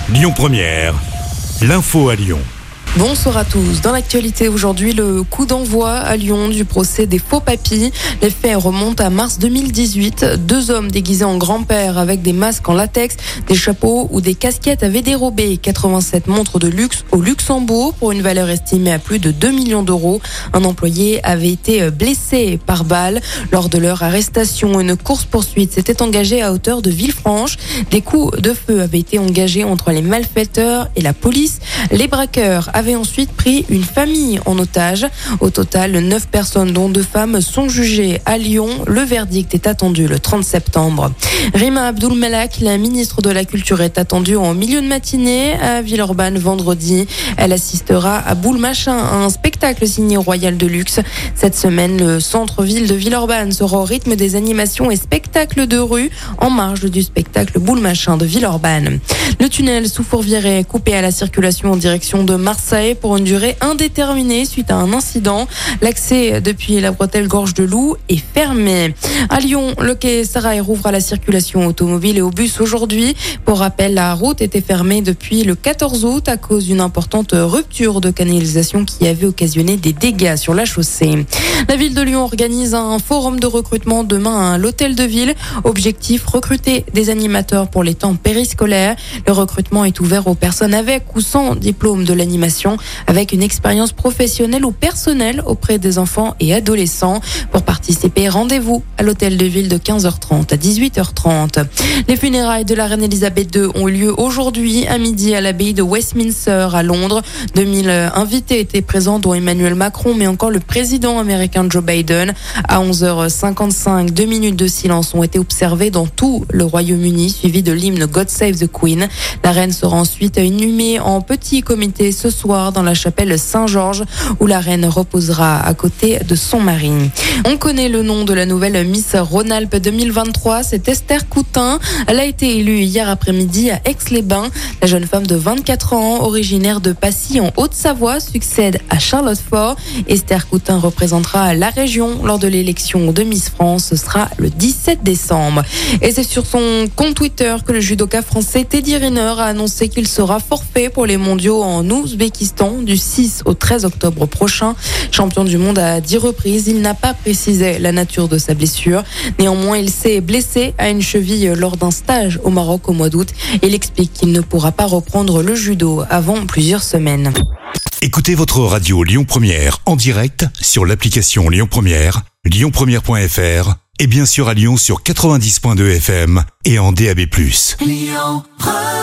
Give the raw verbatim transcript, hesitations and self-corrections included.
Lyon Première, l'info à Lyon. Bonsoir à tous. Dans l'actualité aujourd'hui, le coup d'envoi à Lyon du procès des faux papys. Les faits remontent à mars deux mille dix-huit. Deux hommes déguisés en grand-père avec des masques en latex, des chapeaux ou des casquettes avaient dérobé quatre-vingt-sept montres de luxe au Luxembourg pour une valeur estimée à plus de deux millions d'euros. Un employé avait été blessé par balle. Lors de leur arrestation, une course-poursuite s'était engagée à hauteur de Villefranche. Des coups de feu avaient été engagés entre les malfaiteurs et la police. Les braqueurs avaient ensuite pris une famille en otage. Au total, neuf personnes, dont deux femmes, sont jugées à Lyon. Le verdict est attendu le trente septembre. Rima Abdul-Malak, la ministre de la Culture, est attendue en milieu de matinée à Villeurbanne vendredi. Elle assistera à Boule Machin, un spectacle signé Royal de Luxe. Cette semaine, le centre-ville de Villeurbanne sera au rythme des animations et spectacles de rue en marge du spectacle Boule Machin de Villeurbanne. Le tunnel sous Fourvière est coupé à la circulation en direction de Marseille pour une durée indéterminée suite à un incident. L'accès depuis la bretelle Gorge de Loup est fermé. À Lyon, le quai Sarail rouvre à la circulation automobile et au bus aujourd'hui. Pour rappel, la route était fermée depuis le quatorze août à cause d'une importante rupture de canalisation qui avait occasionné des dégâts sur la chaussée. La ville de Lyon organise un forum de recrutement demain à l'hôtel de ville. Objectif, recruter des animateurs pour les temps périscolaires. Le recrutement est ouvert aux personnes avec ou sans diplôme de l'animation, avec une expérience professionnelle ou personnelle auprès des enfants et adolescents. Pour participer, rendez-vous à l'hôtel de ville de quinze heures trente à dix-huit heures trente. Les funérailles de la reine Elisabeth deux ont eu lieu aujourd'hui à midi à l'abbaye de Westminster à Londres. deux mille invités étaient présents, dont Emmanuel Macron, mais encore le président américain Joe Biden. À onze heures cinquante-cinq, deux minutes de silence ont été observées dans tout le Royaume-Uni, suivi de l'hymne God Save the Queen. La reine sera ensuite inhumée en petit comité ce soir dans la chapelle Saint-Georges, où la reine reposera à côté de son mari. On connaît le nom de la nouvelle Miss Rhône-Alpes deux mille vingt-trois, c'est Esther Coutin. Elle a été élue hier après-midi à Aix-les-Bains. La jeune femme de vingt-quatre ans, originaire de Passy en Haute-Savoie, succède à Charlotte Fort. Esther Coutin représentera la région lors de l'élection de Miss France. Ce sera le dix-sept décembre. Et c'est sur son compte Twitter que le judoka français Teddy Riner a annoncé qu'il sera forfait pour les mondiaux en Ouzbékistan du six au treize octobre prochain. Champion du monde à dix reprises, il n'a pas précisé la nature de sa blessure. Néanmoins, il s'est blessé à une cheville lors d'un stage au Maroc au mois d'août. Il explique qu'il ne pourra pas reprendre le judo avant plusieurs semaines. Écoutez votre radio Lyon Première en direct sur l'application Lyon Première, lyon première point f r et bien sûr à Lyon sur quatre-vingt-dix point deux F M et en D A B plus. Lyon Première.